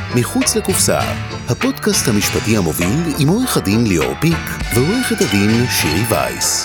מחוץ לקופסה, הפודקאסט המשפטי המוביל עם עורך הדין ליאור פיק ועורכת הדין שירי וייס.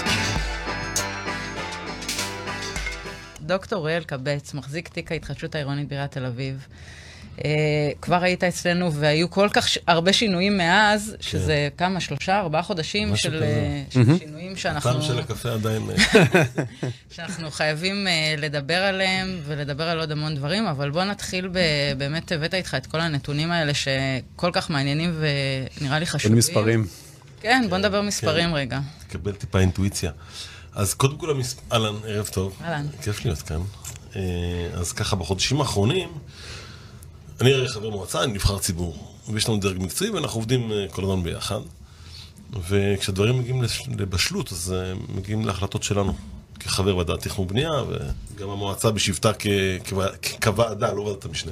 דוקטור אוריאל קבץ, מחזיק תיק ההתחדשות העירונית בעיריית תל אביב. כבר היית אצלנו והיו כל כך הרבה שינויים מאז, שזה כמה, 3-4 חודשים של שינויים שאנחנו... טעם של הקפה עדיין... שאנחנו חייבים לדבר עליהם ולדבר על עוד המון דברים, אבל בוא נתחיל באמת הבאת איתך את כל הנתונים האלה שכל כך מעניינים ונראה לי חשובים. מספרים. כן, בוא נדבר מספרים רגע. תקבל טיפה אינטואיציה. אז קודם כל, אהלן, ערב טוב. אהלן. כיף להיות כאן. אז ככה, בחודשים האחרונים, אני הרי חבר מועצה, אני נבחר ציבור, ויש לנו דרג מקצועי, ואנחנו עובדים כל הזמן ביחד. וכשהדברים מגיעים לבשלות, אז מגיעים להחלטות שלנו, כחבר ועדת תכנון ובנייה, וגם המועצה בשבתה כוועדה, לא ועדת המשנה.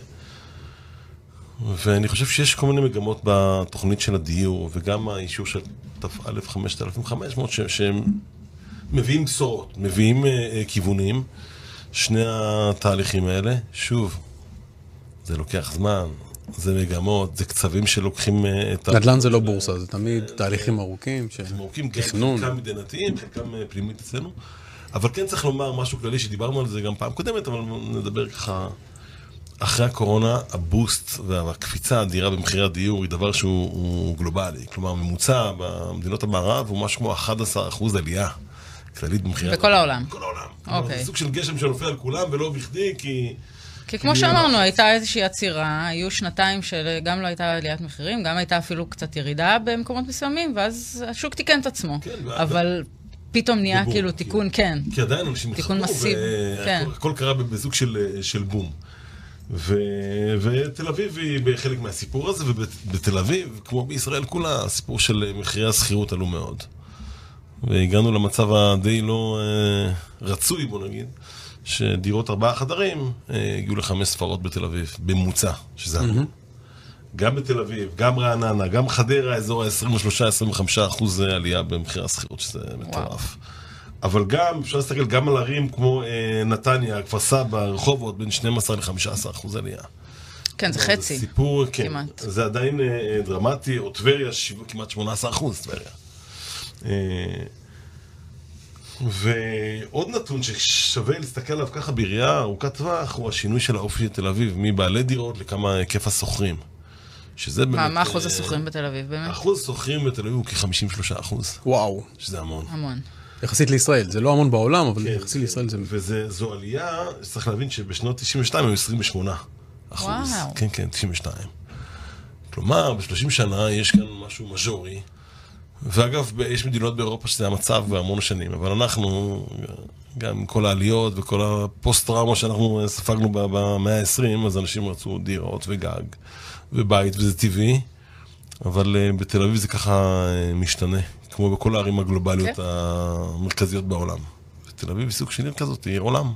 ואני חושב שיש כל מיני מגמות בתוכנית של הדיור, וגם האישור של תפ"א 5500, שהם מביאים בשורות, מביאים כיוונים, שני התהליכים האלה, שוב, זה לוקח זמן, זה מגמות, זה קצבים שלוקחים את... נדל"ן זה לא בורסה, זה תמיד תהליכים ארוכים, תכנון. חלקם מדינתיים, חלקם פנימית אצלנו, אבל כן צריך לומר משהו כללי שדיברנו על זה גם פעם קודמת, אבל נדבר ככה, אחרי הקורונה, הבוסט והקפיצה האדירה במחירי הדיור היא דבר שהוא גלובלי, כלומר ממוצע במדינות המערב הוא משהו כמו 11% עלייה כללית במחירי... בכל העולם. בכל העולם. זה סוג של גשם שנופל על כולם ולא בכדי, כי כמו שאמרנו, הייתה איזושהי עצירה, היו שנתיים שגם לא הייתה עליית מחירים, גם הייתה אפילו קצת ירידה במקומות מסוימים, ואז השוק תיקן את עצם. אבל פתאום נהיה כאילו תיקון, כן. כי עדיין אנשים תיקון מסיב, כן. הכל קרה בסוג של בום. ותל אביב היא בחלק מהסיפור הזה, ובתל אביב, כמו בישראל כולה, הסיפור של מחירי השכירות עלו מאוד. והגענו למצב הדי לא רצוי, בוא נגיד, שדירות 4 חדרים הגיעו ל5 ספרות בתל אביב, בממוצע, שזה המון. גם בתל אביב, גם רעננה, גם חדרה, האזור ה-23-25% עלייה במחיר השכירות, שזה מטורף. אבל גם, אפשר להסתכל גם על ערים כמו נתניה, כפר סבא, רחובות, בין 12-15% עלייה. כן, זה חצי. סיפור, כן. זה עדיין דרמטי, או טבריה, כמעט 18% טבריה. ועוד נתון ששווה להסתכל עליו ככה בראייה ארוכת טווח הוא השינוי של האופי של תל אביב, מבעלי דירות לכמה היקף הסוחרים. שזה באמת... מה אחוז הסוחרים בתל אביב באמת? אחוז הסוחרים בתל אביב הוא כ-53%. וואו. שזה המון. המון. יחסית לישראל, זה לא המון בעולם, אבל יחסית לישראל זה... וזו עלייה, צריך להבין שבשנות 92 היו 28%. וואו. כן, כן, 92. כלומר, ב-30 שנה יש כאן משהו מז'ורי. ואגב, יש מדינות באירופה שזה המצב בהמון שנים, אבל אנחנו, גם עם כל העליות וכל הפוסט-טראומה שאנחנו ספגנו במאה ה-20, אז אנשים רצו דירות וגג ובית, וזה טבעי, אבל בתל אביב זה ככה משתנה, כמו בכל הערים הגלובליות המרכזיות בעולם. בתל אביב היא סוג של עיר כזאת, היא עיר עולם.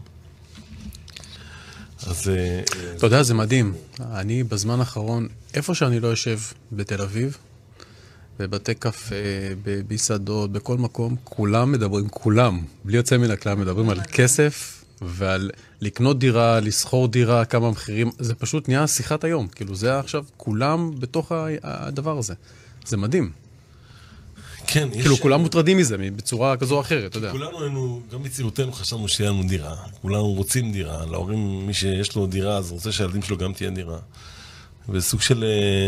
אז... אתה יודע, זה מדהים. אני בזמן האחרון, איפה שאני לא יושב בתל אביב, בבתי קפה, במסעדות, בכל מקום, כולם מדברים, כולם, בלי יוצא מן הכלל, מדברים על כסף ועל לקנות דירה, לסחור דירה, כמה מחירים, זה פשוט נהיה שיחת היום, כאילו זה עכשיו, כולם בתוך הדבר הזה. זה מדהים. כן, יש... כאילו כולם מוטרדים מזה, בצורה כזו או אחרת, אתה יודע. כולנו היינו, גם בצעירותנו חשבנו שיהיה לנו דירה, כולנו רוצים דירה, להורים, מי שיש לו דירה, אז רוצה שהילדים שלו גם תהיה דירה. וסוג של...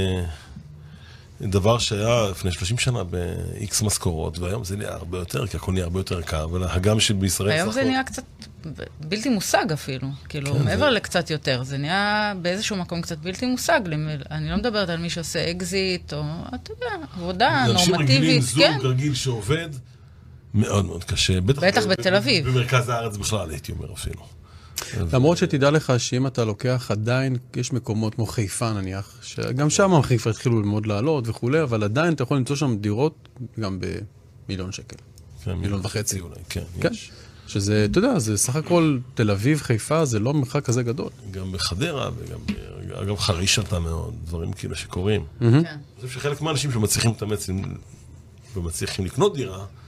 דבר שהיה לפני 30 שנה ב-X משכורות, והיום זה נהיה הרבה יותר, כי הכל נהיה הרבה יותר יקר, והגם שבישראל... היום זה נהיה קצת בלתי מושג אפילו, כאילו מעבר לקצת יותר, זה נהיה באיזשהו מקום קצת בלתי מושג, אני לא מדברת על מי שעושה אקזיט, או אתה יודע, עבודה נורמטיבית, רגילים, זוג רגיל שעובד, מאוד מאוד קשה, בטח בתל אביב. במרכז הארץ בכלל, הייתי אומר אפילו. למרות שתדע לך שאם אתה לוקח עדיין, יש מקומות כמו חיפה נניח, שגם שם חיפה התחילו ללמוד לעלות וכו', אבל עדיין אתה יכול למצוא שם דירות גם ב1,000,000 שקל. 1.5 מיליון. כן, יש. שזה, אתה יודע, זה סך הכל תל אביב, חיפה, זה לא מרחק כזה גדול. גם בחדרה, וגם, אגב, חריש אתה מאוד, דברים כאילו שקורים. אני חושב שחלק מהאנשים שמצליחים להתאמץ ומצליחים לקנות דירה,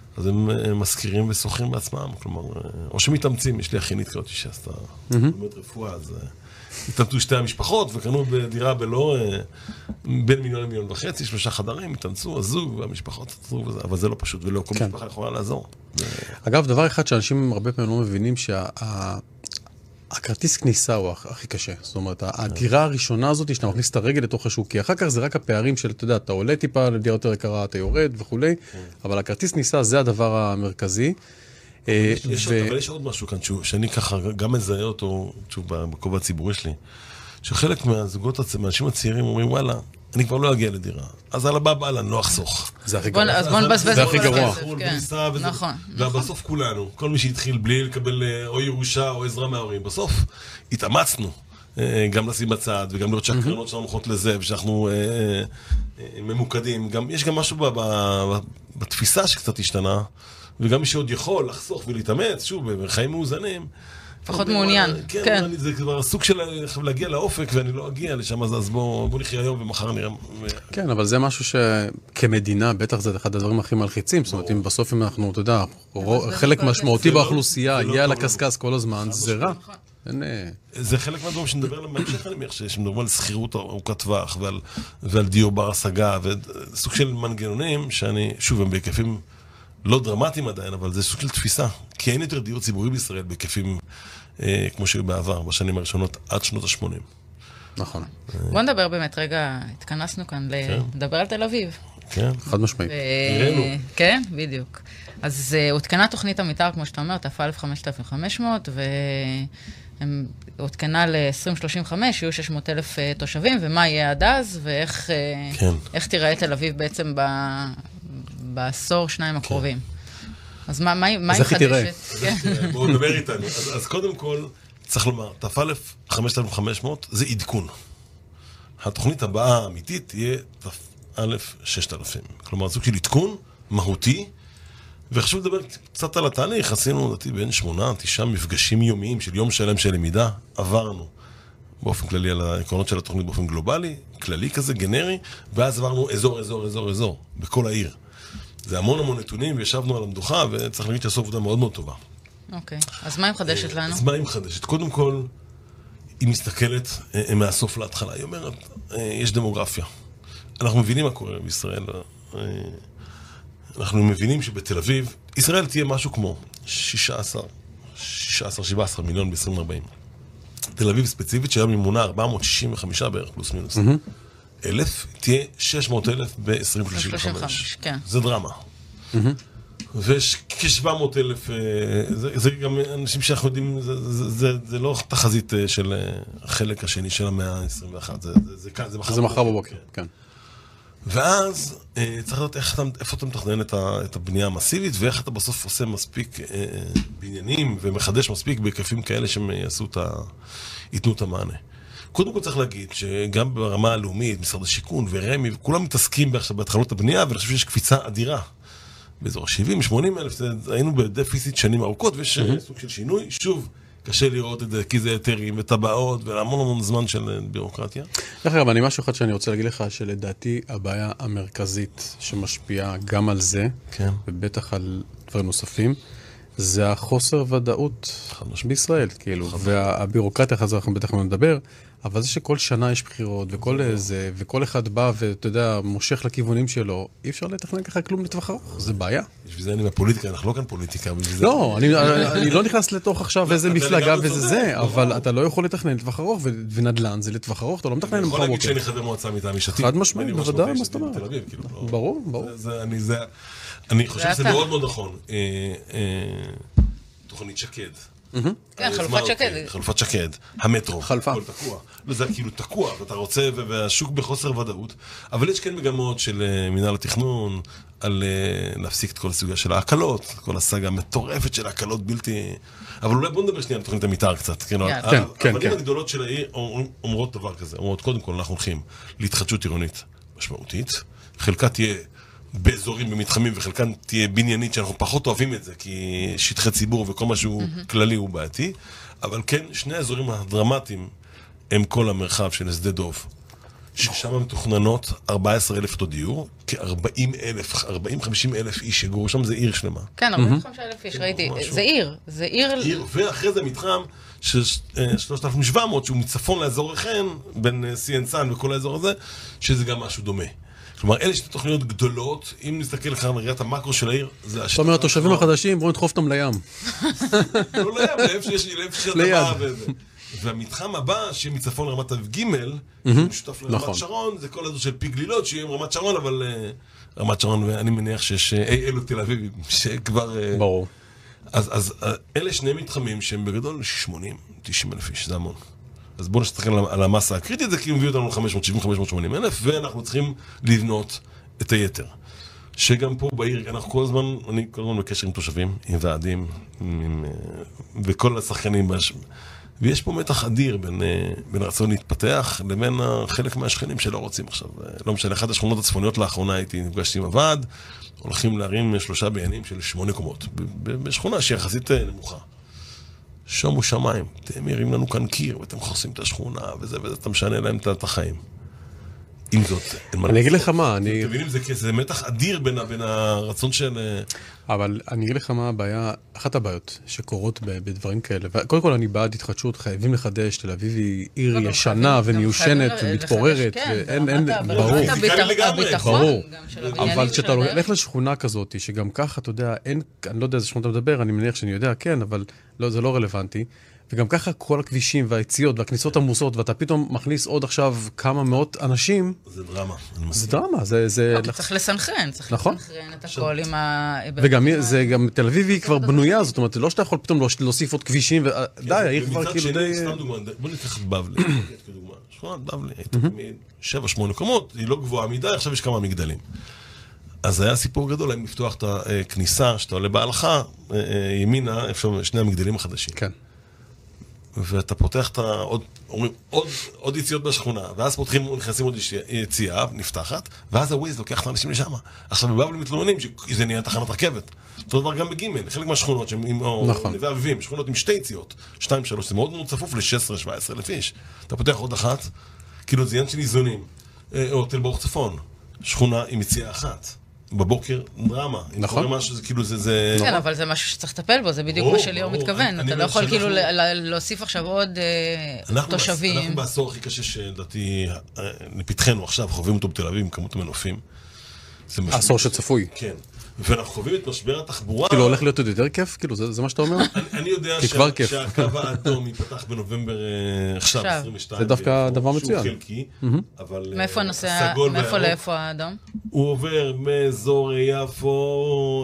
אז הם מזכירים ושוכרים בעצמם, כלומר, או שמתאמצים, יש לי אחינית כזאת שעשתה באמת רפואה, אז התאמצו שתי המשפחות וקנו בדירה בלא בין 1.5 מיליון, 3 חדרים, התאמצו, הזוג והמשפחות, אבל זה לא פשוט, ולא כל משפחה יכולה לעזור. אגב, דבר אחד שאנשים הרבה פעמים לא מבינים, הכרטיס כניסה הוא הכי קשה. זאת אומרת, הדירה הראשונה הזאת, שאתה מכניס את הרגל לתוך השוק, כי אחר כך זה רק הפערים של, אתה יודע, אתה עולה טיפה לדירה יותר יקרה, אתה יורד וכולי, אבל הכרטיס כניסה זה הדבר המרכזי. אבל יש עוד משהו כאן, שאני ככה גם מזהה אותו, בכובע הציבורי שלי, שחלק מהזוגות, מהאנשים הצעירים אומרים, וואלה, אני כבר לא אגיע לדירה. אז על הבא בא לנו, לא אחסוך. זה הכי גרוע. אז בוא נבזבז זה הכי גרוע. נכון. ובסוף כולנו, כל מי שהתחיל בלי לקבל או ירושה או עזרה מההורים, בסוף התאמצנו גם לשים בצד, וגם לראות שהקרנות שלנו הולכות לזה, ושאנחנו ממוקדים. יש גם משהו בתפיסה שקצת השתנה, וגם מי שעוד יכול לחסוך ולהתאמץ, שוב, בחיים מאוזנים, לפחות מעוניין. כן, זה כבר סוג של להגיע לאופק, ואני לא אגיע לשם, אז בוא נחיה היום ומחר נראה. כן, אבל זה משהו שכמדינה, בטח זה אחד הדברים הכי מלחיצים. זאת אומרת, אם בסוף אם אנחנו, אתה יודע, חלק משמעותי באוכלוסייה, יהיה על הקסקס כל הזמן, זה רע. זה חלק מהדברים שנדבר עליהם בהמשך, אני מניח שמדברים על שכירות ארוכת טווח, ועל דיור בר השגה, וסוג של מנגנונים שאני, שוב, הם בהיקפים לא דרמטיים עדיין, אבל זה סוג של תפיסה. כי אין יותר דיור ציבורי בישראל בהיקפים כמו שהיו בעבר, בשנים הראשונות עד שנות ה-80. נכון. בוא נדבר באמת, רגע, התכנסנו כאן לדבר על תל אביב. כן. חד משמעית. כן, בדיוק. אז הותקנה תוכנית המתאר, כמו שאתה אומר, תפ"א 5500, והותקנה ל-2035, יהיו 600,000 תושבים, ומה יהיה עד אז, ואיך תיראה תל אביב בעצם בעשור שניים הקרובים. אז מה היא מחדשת? בואו נדבר איתנו. אז קודם כל, צריך לומר, תפ"א 5500 זה עדכון. התוכנית הבאה האמיתית תהיה תפ"א 6000. כלומר, סוג של עדכון מהותי, וחשוב לדבר קצת על התהליך. עשינו, לדעתי, בין 8-9 מפגשים יומיים של יום שלם של למידה. עברנו באופן כללי על העקרונות של התוכנית באופן גלובלי, כללי כזה, גנרי, ואז עברנו אזור, בכל העיר. זה המון נתונים, וישבנו על המדוכה, וצריך להגיד שעשו עבודה מאוד מאוד טובה. אוקיי, אז מה היא מחדשת לנו? אז מה היא מחדשת? קודם כל, היא מסתכלת מהסוף להתחלה. היא אומרת, יש דמוגרפיה. אנחנו מבינים מה קורה בישראל. אנחנו מבינים שבתל אביב, ישראל תהיה משהו כמו 16-17 מיליון ב-2040. תל אביב ספציפית, שהיום ממונה 465 בערך, פלוס מינוס. 1,000, תהיה 600,000 ב-2035. כן. זה דרמה. ויש כ-700,000, זה גם אנשים שאנחנו יודעים, זה לא תחזית של החלק השני של המאה ה-21, זה מחר בבוקר, כן. ואז צריך לדעת איפה אתה מתכנן את הבנייה המסיבית, ואיך אתה בסוף עושה מספיק בניינים, ומחדש מספיק בהיקפים כאלה שהם ייתנו את המענה. קודם כל צריך להגיד שגם ברמה הלאומית, משרד השיכון ורמי, כולם מתעסקים בהתחלות הבנייה, ואני חושב שיש קפיצה אדירה. באזור 70-80 אלף, היינו בדפיסיט שנים ארוכות, ויש סוג של שינוי. שוב, קשה לראות את זה, כי זה היתרים וטבעות, והמון זמן של בירוקרטיה. דרך אגב, אני משהו אחד שאני רוצה להגיד לך, שלדעתי הבעיה המרכזית שמשפיעה גם על זה, ובטח על דברים נוספים, זה החוסר ודאות בישראל, כאילו, והבירוקרטיה, אחרי זה אנחנו בטח נדבר, אבל זה שכל שנה יש בחירות, וכל אחד בא ואתה יודע, מושך לכיוונים שלו, אי אפשר לתכנן ככה כלום לטווח ארוך, זה בעיה. בשביל זה אני בפוליטיקה, אנחנו לא כאן פוליטיקה. לא, אני לא נכנס לתוך עכשיו איזה מפלגה וזה זה, אבל אתה לא יכול לתכנן לטווח ארוך, ונדל"ן זה לטווח ארוך, אתה לא מתכנן למחר בוקר. אני יכול להגיד שאני חבר מועצה מטעם יש עתיד. חד משמעית, בוודאי, מה זאת אומרת? ברור. אני חושב שזה מאוד מאוד נכון. תוכנית שקד. כן, חלופת שקד. חלופת שקד, המטרו, חלפה. הכל תקוע. זה כאילו תקוע, ואתה רוצה, והשוק בחוסר ודאות. אבל יש כן מגמות של מנהל התכנון, על להפסיק את כל הסוגיה של ההקלות, כל הסגה המטורפת של ההקלות בלתי... אבל אולי בוא נדבר שנייה על תוכנית המתאר קצת. הפנים הגדולות של העיר אומרות דבר כזה, אומרות, קודם כל אנחנו הולכים להתחדשות עירונית משמעותית, חלקה תהיה באזורים במתחמים, וחלקן תהיה בניינית, שאנחנו פחות אוהבים את זה, כי שטחי ציבור וכל משהו כללי הוא בעייתי, אבל כן, שני האזורים הדרמטיים הם כל המרחב של שדה דוב, ששם מתוכננות 14,000 אותו דיור, כ-40,000-50,000 איש שגורו שם, זה עיר שלמה. כן, 45,000 איש, ראיתי. זה עיר. זה עיר. ואחרי זה מתחם של 3,700, שהוא מצפון לאזור החן, בין סיינסן וכל האזור הזה, שזה גם משהו דומה. כלומר, אלה שתי תוכניות גדולות, אם נסתכל לך על ראיית המקרו של העיר, זה... זאת אומרת, התושבים החדשים, בואו נדחוף אותם לים. לא לים, לאיפה שיש ליד. והמתחם הבא, שיהיה מצפון לרמת אביב ג', משותף לרמת שרון, זה כל הזו של פי גלילות, שיהיה עם רמת שרון, אבל רמת שרון, ואני מניח שיש אלו תל אביב, שכבר... ברור. אז אלה שני מתחמים שהם בגדול 80-90 אלף איש, זה המון. אז בואו נסתכל על המסה הקריטית, זה כי מביא אותנו ל-570-580 אלף, ואנחנו צריכים לבנות את היתר. שגם פה בעיר, אנחנו אני כל הזמן בקשר עם תושבים, עם ועדים, וכל השחקנים, ויש פה מתח אדיר בין רצון להתפתח, לבין חלק מהשכנים שלא רוצים עכשיו. לא משנה, אחת השכונות הצפוניות לאחרונה נפגשתי עם הוועד, הולכים להרים 3 בניינים של 8 קומות, בשכונה שהיא יחסית נמוכה. שומו שמיים, אתם מרים לנו כאן קיר, ואתם חוסים את השכונה, וזה, אתה משנה להם את החיים. עם זאת, אני אגיד לך מה, אתם מבינים, זה מתח אדיר בין הרצון של... אבל אני אגיד לך מה הבעיה, אחת הבעיות שקורות בדברים כאלה, קודם כל אני בעד התחדשות, חייבים לחדש, תל אביב היא עיר ישנה ומיושנת ומתפוררת, ואין, ברור, ברור, אבל כשאתה הולך לשכונה כזאת, שגם ככה, אתה יודע, אני לא יודע איזה שכונה אתה מדבר, אני מניח שאני יודע, כן, אבל זה לא רלוונטי, וגם ככה כל הכבישים והיציאות והכניסות עמוסות, ואתה פתאום מכניס עוד עכשיו כמה מאות אנשים. זה דרמה. זה דרמה, זה... צריך לסנכרן, צריך לסנכרן את הכל עם ה... וגם זה גם תל אביב היא כבר בנויה, זאת אומרת, לא שאתה יכול פתאום להוסיף עוד כבישים, די, העיר כבר כאילו די... סתם דוגמה, בוא ניקח את בבלי, כדוגמה. שכונת בבלי, הייתה מ-7-8 קומות, היא לא גבוהה מדי, עכשיו יש כמה מגדלים. אז היה סיפור גדול, אם לפתוח את הכניסה, שאתה עולה בהלכה, ימינה, איפה שני המגדלים החדשים. כן. ואתה פותח את עוד יציאות בשכונה, ואז נכנסים עוד יציאה, נפתחת, ואז הווייז לוקח את האנשים לשם. עכשיו, בבבלי מתלוננים שזה נהיה תחנת רכבת. אותו דבר גם בגימל, חלק מהשכונות שהם עם נווה אביבים, שכונות עם 2 יציאות, 2-3, זה מאוד מאוד צפוף ל-16-17 אלף איש. אתה פותח עוד אחת, כאילו זה עניין של איזונים, או תל ברוך צפון, שכונה עם יציאה אחת. בבוקר דרמה. נכון. כן, אבל זה משהו שצריך לטפל בו, זה בדיוק מה שליאור מתכוון. אתה לא יכול כאילו להוסיף עכשיו עוד תושבים. אנחנו בעשור הכי קשה שדעתי, לפתחנו עכשיו, חווים אותו בתל אביב עם כמות המנופים. עשור שצפוי. כן. ואנחנו חווים את משבר התחבורה. כאילו הולך להיות עוד יותר כיף? כאילו זה מה שאתה אומר? אני יודע שהקו האדום ייפתח בנובמבר עכשיו, 22. זה דווקא דבר מצוין. שהוא חלקי, אבל מאיפה נוסע, מאיפה לאיפה האדום? הוא עובר מאזור יפו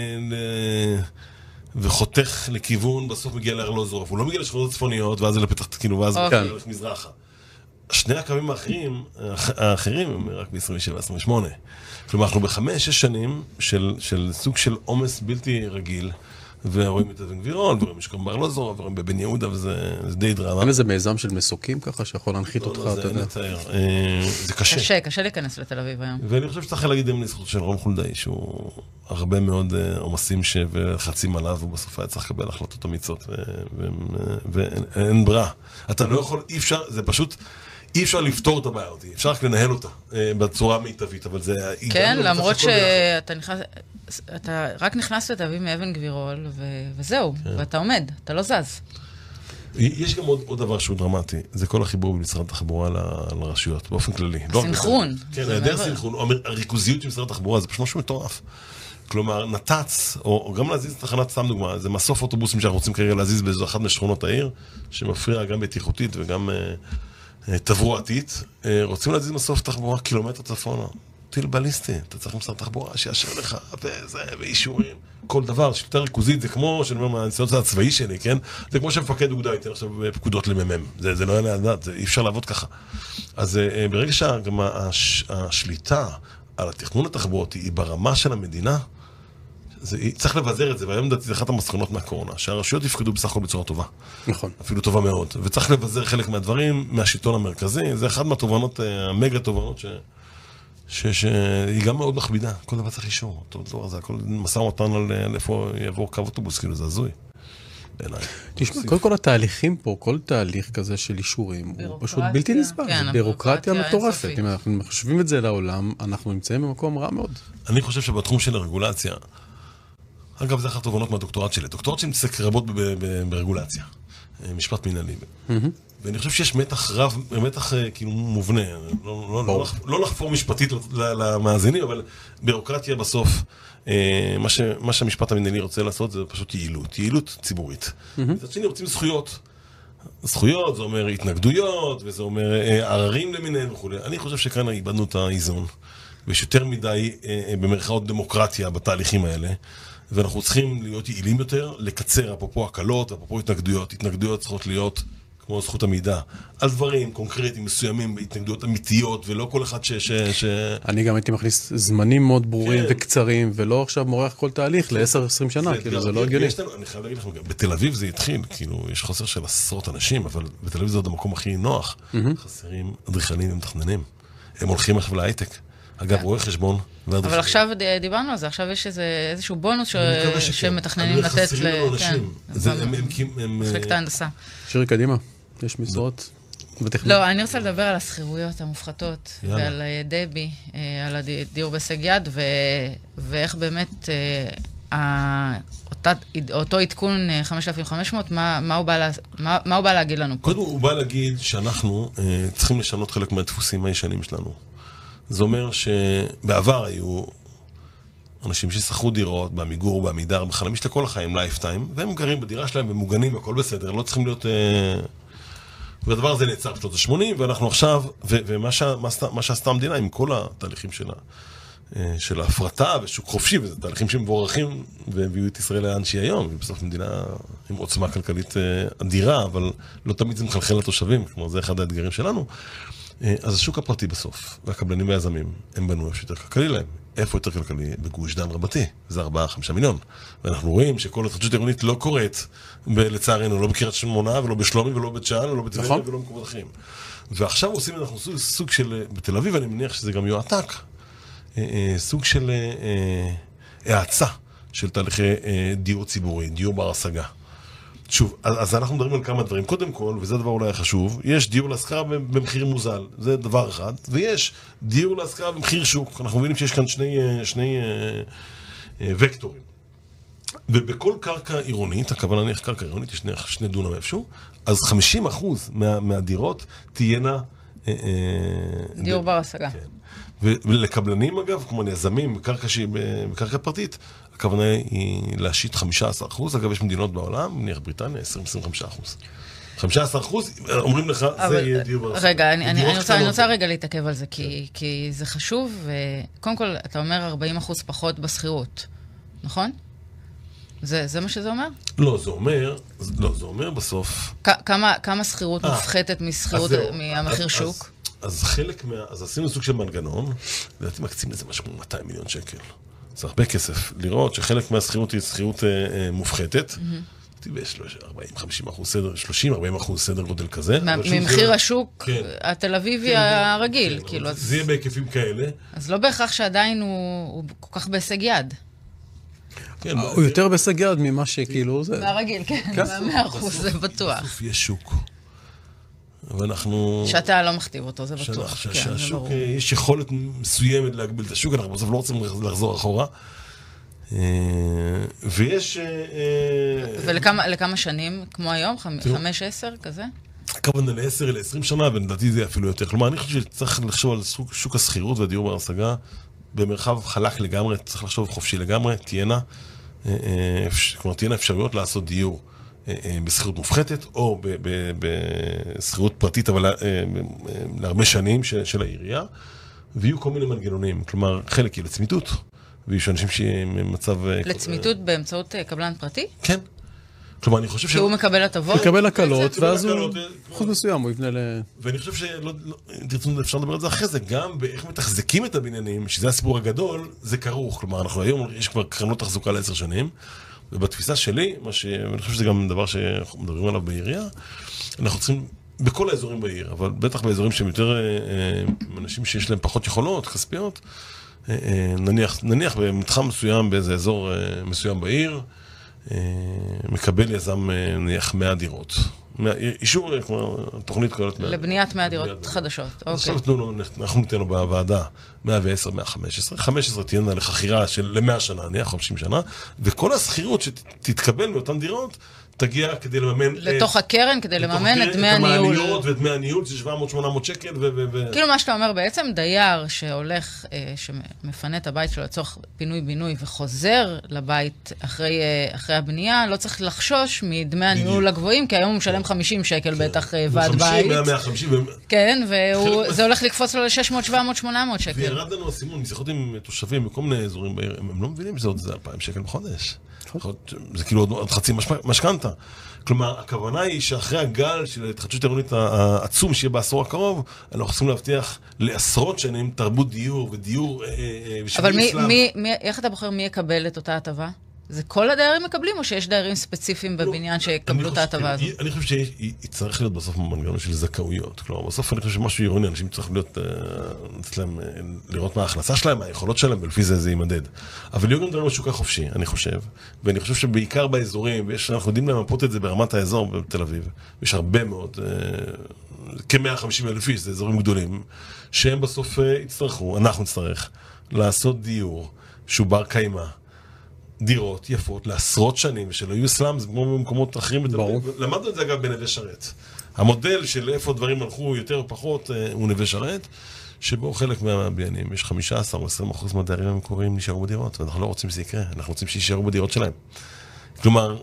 וחותך לכיוון, בסוף מגיע לארלוזורוף. הוא לא מגיע לשכונות הצפוניות, ואז זה לפתח, כאילו, ואז הוא הולך מזרחה. שני הקווים האחרים הם רק ב-27-28. כלומר, אנחנו ב5-6 שנים של סוג של עומס בלתי רגיל, ורואים את אבן גבירול, ורואים משקום בארלוזורוף, ורואים בבן יהודה, וזה די דרמה. אין איזה מיזם של מסוקים ככה שיכול להנחית אותך, אתה יודע. זה קשה. קשה להיכנס לתל אביב היום. ואני חושב שצריך להגיד עם לזכות של רון חולדאי, שהוא הרבה מאוד עומסים ולחצים עליו, ובסוף היה צריך לקבל החלטות אמיצות, ואין ברירה. אתה לא יכול, אי אפשר, זה פשוט... אי אפשר לפתור את הבעיה אותי, אפשר רק לנהל אותה בצורה מיטבית, אבל זה... כן, למרות שאתה רק נכנס לתל אביב מאבן גבירול, וזהו, ואתה עומד, אתה לא זז. יש גם עוד דבר שהוא דרמטי, זה כל החיבור במשרד התחבורה לרשויות, באופן כללי. סינכרון. כן, היעדר סינכרון, הריכוזיות של משרד התחבורה, זה פשוט משהו מטורף. כלומר, נת"צ, או גם להזיז את תחנת, סתם דוגמה, זה מסוף אוטובוסים שאנחנו רוצים כרגע להזיז באיזו אחת משכונות העיר, שמפריע גם בטיחותית וגם תברואתית, רוצים להזיז מסוף תחבורה קילומטר צפונה. טיל בליסטי, אתה צריך משרד תחבורה שיאשר לך, וזה, ואישורים. כל דבר, שליטה ריכוזית, זה כמו, שאני אומר, מהניסיון הצבאי שלי, כן? זה כמו שמפקד אוגדה ייתן עכשיו פקודות לממם. זה לא יעלה על דעת, אי אפשר לעבוד ככה. אז ברגע שגם השליטה על התכנון התחבורתי היא ברמה של המדינה, צריך לבזר את זה, והיום דעתי זה אחת המסקנות מהקורונה, שהרשויות יפקדו בסך הכל בצורה טובה. נכון. אפילו טובה מאוד. וצריך לבזר חלק מהדברים מהשלטון המרכזי, זה אחד מהתובנות, המגה תובנות שהיא גם מאוד מכבידה. כל דבר צריך אישור. זה הכל מסע ומתן על איפה יעבור קו אוטובוס, כאילו זה הזוי. בעיניי. תשמע, קודם כל התהליכים פה, כל תהליך כזה של אישורים, הוא פשוט בלתי נסבל. כן, זה בירוקרטיה מטורפת. אינסופית. אם אנחנו מחשבים את זה לעולם, אנחנו נמצאים במקום רע מאוד. אני חושב שבתחום של הרגולציה, אגב, זה אחת התובנות מהדוקטורט שלי. דוקטורט שלי מתעסק רבות ברגולציה, משפט מנהלי. ואני חושב שיש מתח רב, מתח כאילו מובנה, לא לחפור משפטית למאזינים, אבל בירוקרטיה בסוף, מה שהמשפט המנהלי רוצה לעשות זה פשוט יעילות ציבורית. מצד שני רוצים זכויות. זכויות, זה אומר התנגדויות, וזה אומר עררים למיניהם וכו'. אני חושב שכאן איבדנו את האיזון, ויש יותר מדי במרכאות דמוקרטיה בתהליכים האלה, ואנחנו צריכים להיות יעילים יותר, לקצר, אפרופו הקלות, אפרופו התנגדויות. התנגדויות צריכות להיות כמו זכות המידע, על דברים קונקרטיים מסוימים, בהתנגדויות אמיתיות, ולא כל אחד אני גם הייתי מכניס זמנים מאוד ברורים וקצרים, ולא עכשיו מורח כל תהליך ל-10-20 שנה, כאילו זה לא הגיוני. אני חייב להגיד לכם, בתל אביב זה התחיל, כאילו יש חוסר של עשרות אנשים, אבל בתל אביב זה עוד המקום הכי נוח. חסרים אדריכלים ומתכננים. הם הולכים עכשיו להייטק. אגב, רואה חשבון ואדריכלים. אבל עכשיו דיברנו על זה, עכשיו יש איזשהו בונוס שמתכננים לתת למחלקת ההנדסה. שירי, קדימה. יש משרות בטכנולוגיה. לא, אני רוצה לדבר על הסחירויות המופחתות, ועל דבי, על הדיור בהישג יד, ואיך באמת אותו עדכון 5,500, מה הוא בא להגיד לנו פה? קודם הוא בא להגיד שאנחנו צריכים לשנות חלק מהדפוסים הישנים שלנו. זה אומר שבעבר היו אנשים ששכרו דירות בעמיגור, בעמידר, בחלמיש לכל החיים, לייפטיים, והם גרים בדירה שלהם ומוגנים, הכל בסדר, לא צריכים להיות... והדבר הזה נעצר בשנות ה-80, ואנחנו עכשיו, ומה שעשתה המדינה עם כל התהליכים של ההפרטה ושוק חופשי, וזה תהליכים שמבורכים, והביאו את ישראל לאן שהיא היום, ובסוף מדינה עם עוצמה כלכלית אדירה, אבל לא תמיד זה מחלחל לתושבים, כמו זה אחד האתגרים שלנו. אז השוק הפרטי בסוף, והקבלנים והיזמים, הם בנו איפה יותר כלכלי להם. איפה יותר כלכלי? בגוש דן רבתי. זה 4-5 מיליון. ואנחנו רואים שכל התחדשות עירונית לא קורית, לצערנו, לא בקריית שמונה, ולא בשלומי, ולא בית שאן, ולא בטבריה, ולא במקומות אחרים. ועכשיו עושים, אנחנו סוג של, בתל אביב, אני מניח שזה גם יועתק, סוג של האצה של תהליכי דיור ציבורי, דיור בר השגה. שוב, אז אנחנו מדברים על כמה דברים. קודם כל, וזה דבר אולי חשוב, יש דיור להשכרה במחיר מוזל, זה דבר אחד, ויש דיור להשכרה במחיר שוק. אנחנו מבינים שיש כאן שני וקטורים. ובכל קרקע עירונית, הכוונה נניח קרקע עירונית, יש שני דונם איפשהו, אז 50% מהדירות תהיינה... דיור בר השגה. כן. ולקבלנים אגב, כמו יזמים, בקרקע פרטית, הכוונה היא להשית 15%, אגב יש מדינות בעולם, נניח בריטניה, 20-25%. 15% אומרים לך, זה יהיה דיור בר השגה. רגע, אני רוצה רגע להתעכב על זה, כי זה חשוב, וקודם כל, אתה אומר 40% פחות בסחירות, נכון? זה מה שזה אומר? לא, זה אומר בסוף... כמה סחירות מופחתת מסחירות מהמחיר שוק? אז עשינו סוג של מנגנון, לדעתי מקצים לזה משהו כמו 200 מיליון שקל. זה הרבה כסף לראות שחלק מהסחירות היא סחירות מופחתת. יש 40-50% סדר, 30-40% סדר גודל כזה. ממחיר השוק התל אביבי הרגיל. זה יהיה בהיקפים כאלה. אז לא בהכרח שעדיין הוא כל כך בהישג יד. הוא יותר בהישג יד ממה שכאילו זה. מהרגיל, כן. 100% זה בטוח. בסוף יש שוק. ואנחנו... שאתה לא מכתיב אותו, זה בטוח. שהשוק, יש יכולת מסוימת להגביל את השוק, אנחנו בסוף לא רוצים לחזור אחורה. ויש... ולכמה שנים, כמו היום? 5-10 כזה? כמובן ל-10, ל-20 שנה, ולדעתי זה אפילו יותר. כלומר, אני חושב שצריך לחשוב על שוק הסחירות והדיור בר השגה, במרחב חלק לגמרי, צריך לחשוב חופשי לגמרי, תהיינה אפשרויות לעשות דיור בסחירות מופחתת, או בסחירות פרטית, אבל להרבה שנים של העירייה, ויהיו כל מיני מנגנונים, כלומר, חלק יהיה לצמיתות, ויש אנשים שהם מצב... לצמיתות באמצעות קבלן פרטי? כן. כלומר, אני חושב שהוא מקבל הטבות? מקבל הקלות, ואז הוא חוץ מסוים, הוא יבנה ל... ואני חושב תרצו, אפשר לדבר על זה אחרי זה, גם באיך מתחזקים את הבניינים, שזה הסיפור הגדול, זה כרוך. כלומר, אנחנו היום, יש כבר קרנות תחזוקה ל10 שנים, ובתפיסה שלי, ואני חושב שזה גם דבר שאנחנו מדברים עליו בעירייה, אנחנו צריכים, בכל האזורים בעיר, אבל בטח באזורים שהם יותר אנשים שיש להם פחות יכולות, כספיות, נניח במתחם מסוים, באיזה אזור מסוים בעיר, מקבל יזם נניח 100 דירות. אישור, כמו תוכנית כוללת... לבניית 100 דירות חדשות, אוקיי. עכשיו אנחנו ניתן לו בוועדה 110, 115, 15 תהיינה לחכירה של 100 שנה, נניח 50 שנה, וכל הסחירות שתתקבל מאותן דירות, תגיע כדי לממן... לתוך הקרן, כדי לממן את דמי הניהול. ואת דמי הניהול של 700-800 שקל כאילו מה שאתה אומר בעצם, דייר שהולך, שמפנה את הבית שלו לצורך פינוי-בינוי וחוזר לבית אחרי הבנייה, לא צריך לחשוש מדמי הניהול הגבוהים, כי היום הוא משלם 50 שקל בטח ועד בית. 50, 150. כן, וזה הולך לקפוץ לו ל-600, 700, 800 שקל. וירד לנו הסימון, משיחות עם תושבים בכל מיני אזורים בעיר, הם לא מבינים שזה עוד 2,000 שקל בחודש. זה כאילו עוד חצי משכנתה. כלומר, הכוונה היא שאחרי הגל של ההתחדשות העירונית העצום שיהיה בעשור הקרוב, אנחנו צריכים להבטיח לעשרות שנים תרבות דיור ודיור אבל איך אתה בוחר מי יקבל את אותה הטבה? זה כל הדיירים מקבלים, או שיש דיירים ספציפיים בבניין שיקבלו את ההטבה הזו? אני חושב שצריך להיות בסוף מנגנון של זכאויות. כלומר, בסוף אני חושב שמשהו עירוני, אנשים צריכים לראות מה ההכנסה שלהם, מה היכולות שלהם, ולפי זה יימדד. אבל יהיו גם דברים בשוק החופשי, אני חושב. ואני חושב שבעיקר באזורים, אנחנו יודעים למפות את זה ברמת האזור בתל אביב, יש הרבה מאוד, כ-150,000 איש, זה אזורים גדולים, שהם בסוף אנחנו נצטרך לעשות דיור שהוא בר קיימא, דירות יפות לעשרות שנים, ושלא יהיו סלאם, זה כמו במקומות אחרים בתל אביב. למדנו את זה אגב בנווה שרת. המודל של איפה דברים הלכו יותר או פחות הוא נווה שרת, שבו חלק מהבניינים, יש 15 או 20% מהדיירים המקוריים נשארו בדירות, ואנחנו לא רוצים שזה יקרה, אנחנו רוצים שישארו בדירות שלהם. כלומר...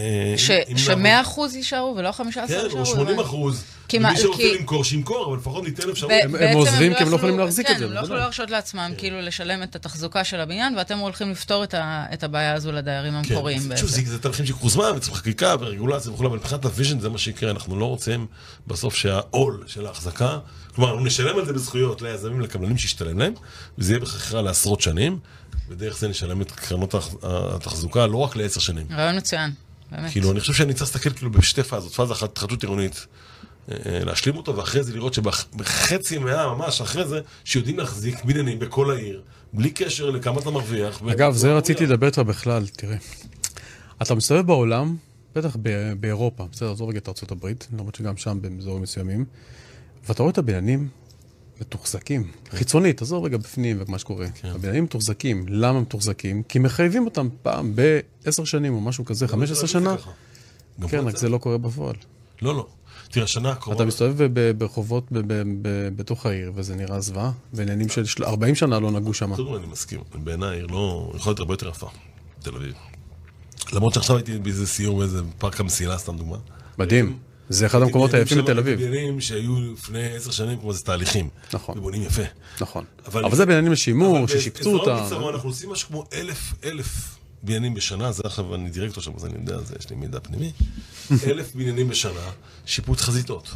ש100% יישארו ולא 15% יישארו? כן, או 80%. ומי שרוצה למכור, שימכור, אבל לפחות ניתן אפשרות. הם עוזבים כי הם לא יכולים להחזיק את זה. כן, הם לא יכולים להרשות לעצמם, כאילו לשלם את התחזוקה של הבניין, ואתם הולכים לפתור את הבעיה הזו לדיירים המקוריים. כן, זה תהליכים שיקחו זמן, וצריך חקיקה ורגולציה וכו', אבל מבחינת הוויז'ן זה מה שיקרה, אנחנו לא רוצים בסוף שהעול של ההחזקה, כלומר, אנחנו נשלם על זה בזכויות ליזמים, לקבלנים שישתלם להם, וזה יהיה בחכירה לעשרות שנים, ודרך זה נשלם את קרנות התחזוקה לא רק ל10 שנים. רעיון מצוין, באמת. כאילו, אני חושב שאני צריך להסתכל כאילו בשתי פאזות, פאזה אחת, התחדשות עירונית, להשלים אותו, ואחרי זה לראות שבחצי ממש אחרי זה, שיודעים להחזיק בניינים בכל העיר, בלי קשר לכמה אתה מרוויח. אגב, זה רציתי לדבר איתך בכלל, תראה. אתה מסתובב בעולם, בטח באירופה, בסדר, עזוב רגע את ארצות הברית, למרות שגם שם באזורים מסוימים, ואתה רואה את הבניינים מתוחזקים, חיצונית, עזוב רגע בפנים ומה שקורה. הבניינים מתוחזקים, למה מתוחזקים? כי מחייבים אותם פעם ב10 שנים או משהו כזה, 15 שנה. כן, רק זה לא קורה בפועל. לא. תראה, שנה הקרובה... אתה מסתובב ברחובות בתוך העיר, וזה נראה זוועה, בעניינים של 40 שנה לא נגעו שם. אני מסכים, בעיניי העיר לא... יכול להיות הרבה יותר יפה, תל אביב. למרות שעכשיו הייתי באיזה סיור, באיזה פארק המסילה, סתם דוגמה. מדהים. זה אחד המקומות היפים בתל אביב. בניינים שהיו לפני 10 שנים כמו זה תהליכים. נכון. ובונים יפה. נכון. אבל זה בניינים לשימור, ששיפצו אותה. אנחנו עושים משהו כמו 1,000 בניינים בשנה, זה עכשיו אני דירקטור שם, אז אני יודע, יש לי מידע פנימי. 1,000 בניינים בשנה, שיפוץ חזיתות.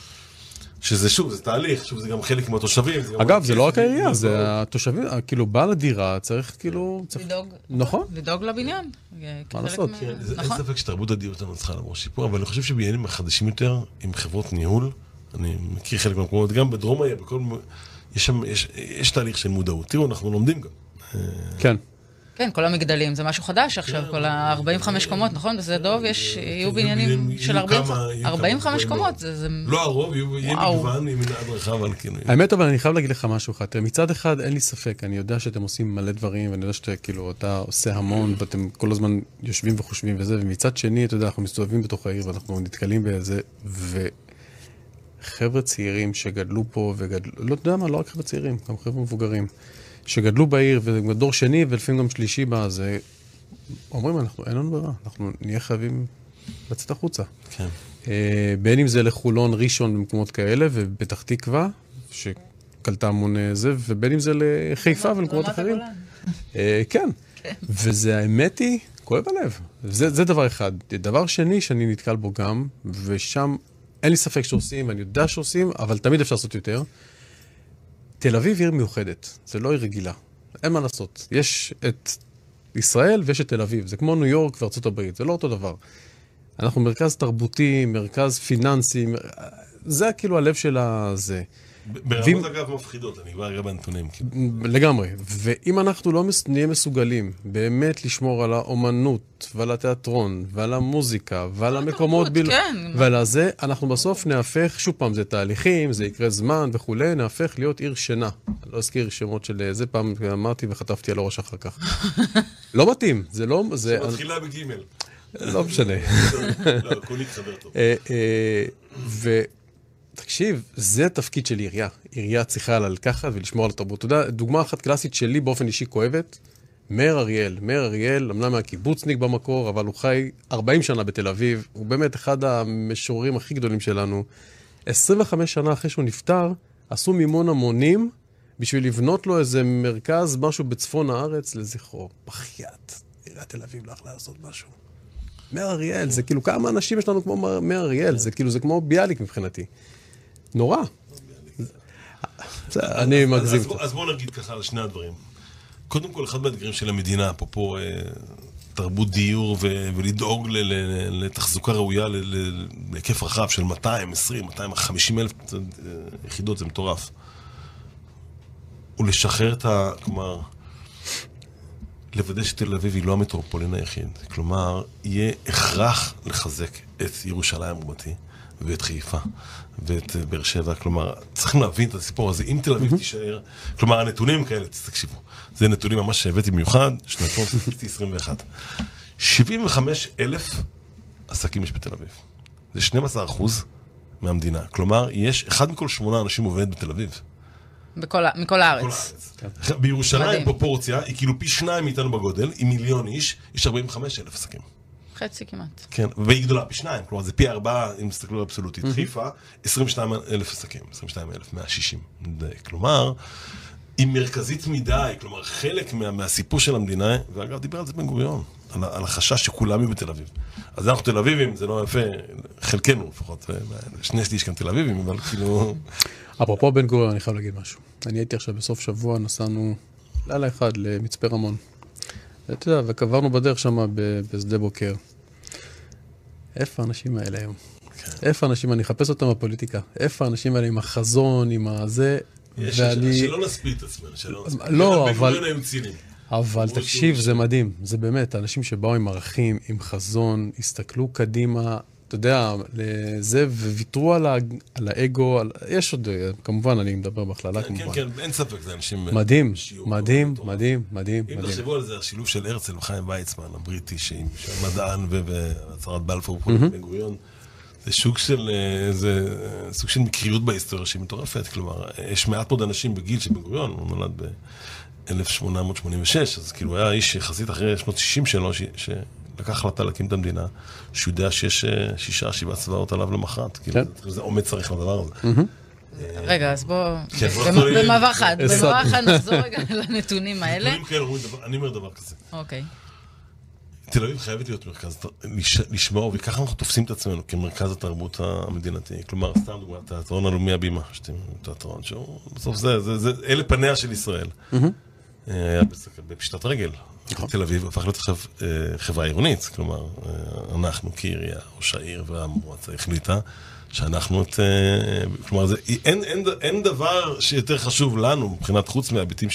שזה שוב, זה תהליך, שוב, זה גם חלק מהתושבים. אגב, זה לא רק העירייה, זה התושבים, כאילו, בעל הדירה צריך כאילו... לדאוג. נכון. לדאוג לבניין. מה לעשות? אין ספק שתרבות הדיור שלנו צריכה לעבור שיפור, אבל אני חושב שבניינים החדשים יותר, עם חברות ניהול, אני מכיר חלק מהמקומות, גם בדרום העיר, יש תהליך של מודעות. תראו, אנחנו לומדים גם. כן. כן, כל המגדלים, זה משהו חדש עכשיו, כל ה-45 קומות, נכון? בשדה דוב יהיו בניינים של 45 קומות. לא הרוב, יהיה מגוון עם מנעד רחב, אבל כן. האמת, אבל אני חייב להגיד לך משהו אחד. מצד אחד, אין לי ספק, אני יודע שאתם עושים מלא דברים, ואני יודע שאתה עושה המון, ואתם כל הזמן יושבים וחושבים וזה, ומצד שני, אתה יודע, אנחנו מסתובבים בתוך העיר, ואנחנו נתקלים בזה, וחבר'ה צעירים שגדלו פה, לא יודע מה, לא רק חבר'ה צעירים, גם חבר'ה מבוגרים. שגדלו בעיר, ודור שני, ולפעמים גם שלישי בה, זה... אומרים, אין לנו ברירה, אנחנו נהיה חייבים לצאת החוצה. כן. בין אם זה לחולון, ראשון, במקומות כאלה, ובפתח תקווה, שקלטה המון זה, ובין אם זה לחיפה ולמקומות אחרים. כן. וזה האמת היא, כואב הלב. זה דבר אחד. דבר שני שאני נתקל בו גם, ושם אין לי ספק שעושים, ואני יודע שעושים, אבל תמיד אפשר לעשות יותר. תל אביב עיר מיוחדת, זה לא עיר רגילה, אין מה לעשות. יש את ישראל ויש את תל אביב, זה כמו ניו יורק וארצות הברית, זה לא אותו דבר. אנחנו מרכז תרבותי, מרכז פיננסי, זה כאילו הלב של הזה. ברמות אגב מפחידות, אני כבר רגע בנתונים. לגמרי. ואם אנחנו לא נהיה מסוגלים באמת לשמור על האומנות ועל התיאטרון ועל המוזיקה ועל המקומות ועל הזה, אנחנו בסוף נהפך, שוב פעם, זה תהליכים, זה יקרה זמן וכו', נהפך להיות עיר שינה. לא אזכיר שמות של זה, פעם אמרתי וחטפתי על הראש אחר כך. לא מתאים, זה לא... שמתחילה בגימל. לא משנה. לא, קוניק חבר טוב. תקשיב, זה התפקיד של עירייה. עירייה צריכה לקחת ולשמור על התרבות. אתה יודע, דוגמה אחת קלאסית שלי באופן אישי כואבת, מאיר אריאל. מאיר אריאל, אמנם מהקיבוצניק במקור, אבל הוא חי 40 שנה בתל אביב. הוא באמת אחד המשוררים הכי גדולים שלנו. 25 שנה אחרי שהוא נפטר, עשו מימון המונים בשביל לבנות לו איזה מרכז, משהו בצפון הארץ, לזכרו. בחייאת, עיריית תל אביב לא יכלה לעשות משהו. מאיר אריאל, זה כאילו כמה אנשים יש לנו כמו מאיר אריאל, זה כאילו, זה כמו ביאליק מבחינתי. נורא. אני מגזים. אז בואו נגיד ככה על שני הדברים. קודם כל, אחד מהדגרים של המדינה, פה תרבות דיור ולדאוג לתחזוקה ראויה להיקף רחב של 220, 250 אלף יחידות, זה מטורף. ולשחרר כלומר, לוודא שתל אביב היא לא המטרופולין היחיד. כלומר, יהיה הכרח לחזק את ירושלים רבתי, ואת חיפה, ואת באר שבע. כלומר, צריכים להבין את הסיפור הזה. אם תל אביב תישאר, כלומר, הנתונים כאלה, תקשיבו, זה נתונים ממש שהבאתי במיוחד, שנתון 21. 75,000 עסקים יש בתל אביב. זה 12% מהמדינה. כלומר, יש 1 מכל 8 אנשים עובד בתל אביב. מכל הארץ. בירושלים פרופורציה היא כאילו פי 2 מאיתנו בגודל, עם מיליון איש, יש 45,000 עסקים. חצי כמעט. כן, והיא גדולה פי 2, כלומר זה פי 4 אם תסתכלו אבסולוטית. חיפה, 22,000 עסקים, 22,160. כלומר, היא מרכזית מדי, כלומר חלק מהסיפור של המדינה, ואגב דיבר על זה בן גוריון, על החשש שכולם יהיו בתל אביב. אז אנחנו תל אביבים, זה לא יפה, חלקנו לפחות, 2 שליש כאן תל אביבים, אבל כאילו... אפרופו בן גוריון, אני חייב להגיד משהו. אני הייתי עכשיו בסוף שבוע, נסענו לילה אחד למצפה רמון. אתה יודע, וקברנו בדרך שם בשדה בוקר. איפה האנשים האלה היום? איפה האנשים, אני אחפש אותם בפוליטיקה. איפה האנשים האלה עם החזון, עם הזה, ואני... שלא נספיד את עצמנו, שלא נספיד. לא, אבל תקשיב, זה מדהים. זה באמת, האנשים שבאו עם ערכים, עם חזון, הסתכלו קדימה, אתה יודע, לזה, וויתרו על האגו, יש עוד, כמובן, אני מדבר בכללה, כמובן. כן, כן, אין ספק, זה אנשים... מדהים, מדהים, מדהים, מדהים. אם תחשבו על זה, השילוב של הרצל וחיים ויצמן, הבריטי, שהמדען והצהרת בלפור, בן גוריון, זה סוג של מקריות בהיסטוריה שהיא מטורפת, כלומר, יש מעט מאוד אנשים בגיל של בן גוריון, הוא נולד ב-1886, אז כאילו היה איש יחסית אחרי שנות 60 שלו, לקח החלטה להקים את המדינה, שהוא יודע שיש 6-7 צבאות עליו למחרת. זה עומד צריך לדבר הזה. רגע, אז בואו, במעבר אחד נחזור רגע לנתונים האלה. נתונים כאלה, אני אומר דבר כזה. אוקיי. תל אביב חייבת להיות מרכז, לשמור, וככה אנחנו תופסים את עצמנו כמרכז התרבות המדינתי. כלומר, סתם דוגמא, תיאטרון הלאומי הבימה, שאתם תיאטרון שהוא, בסוף אלה פניה של ישראל. היה בפשטת רגל. תל אביב הפך להיות חברה עירונית, כלומר, אנחנו כעירייה, ראש העיר והמועצה החליטה שאנחנו כלומר, אין דבר שיותר חשוב לנו, מבחינת חוץ מהביטים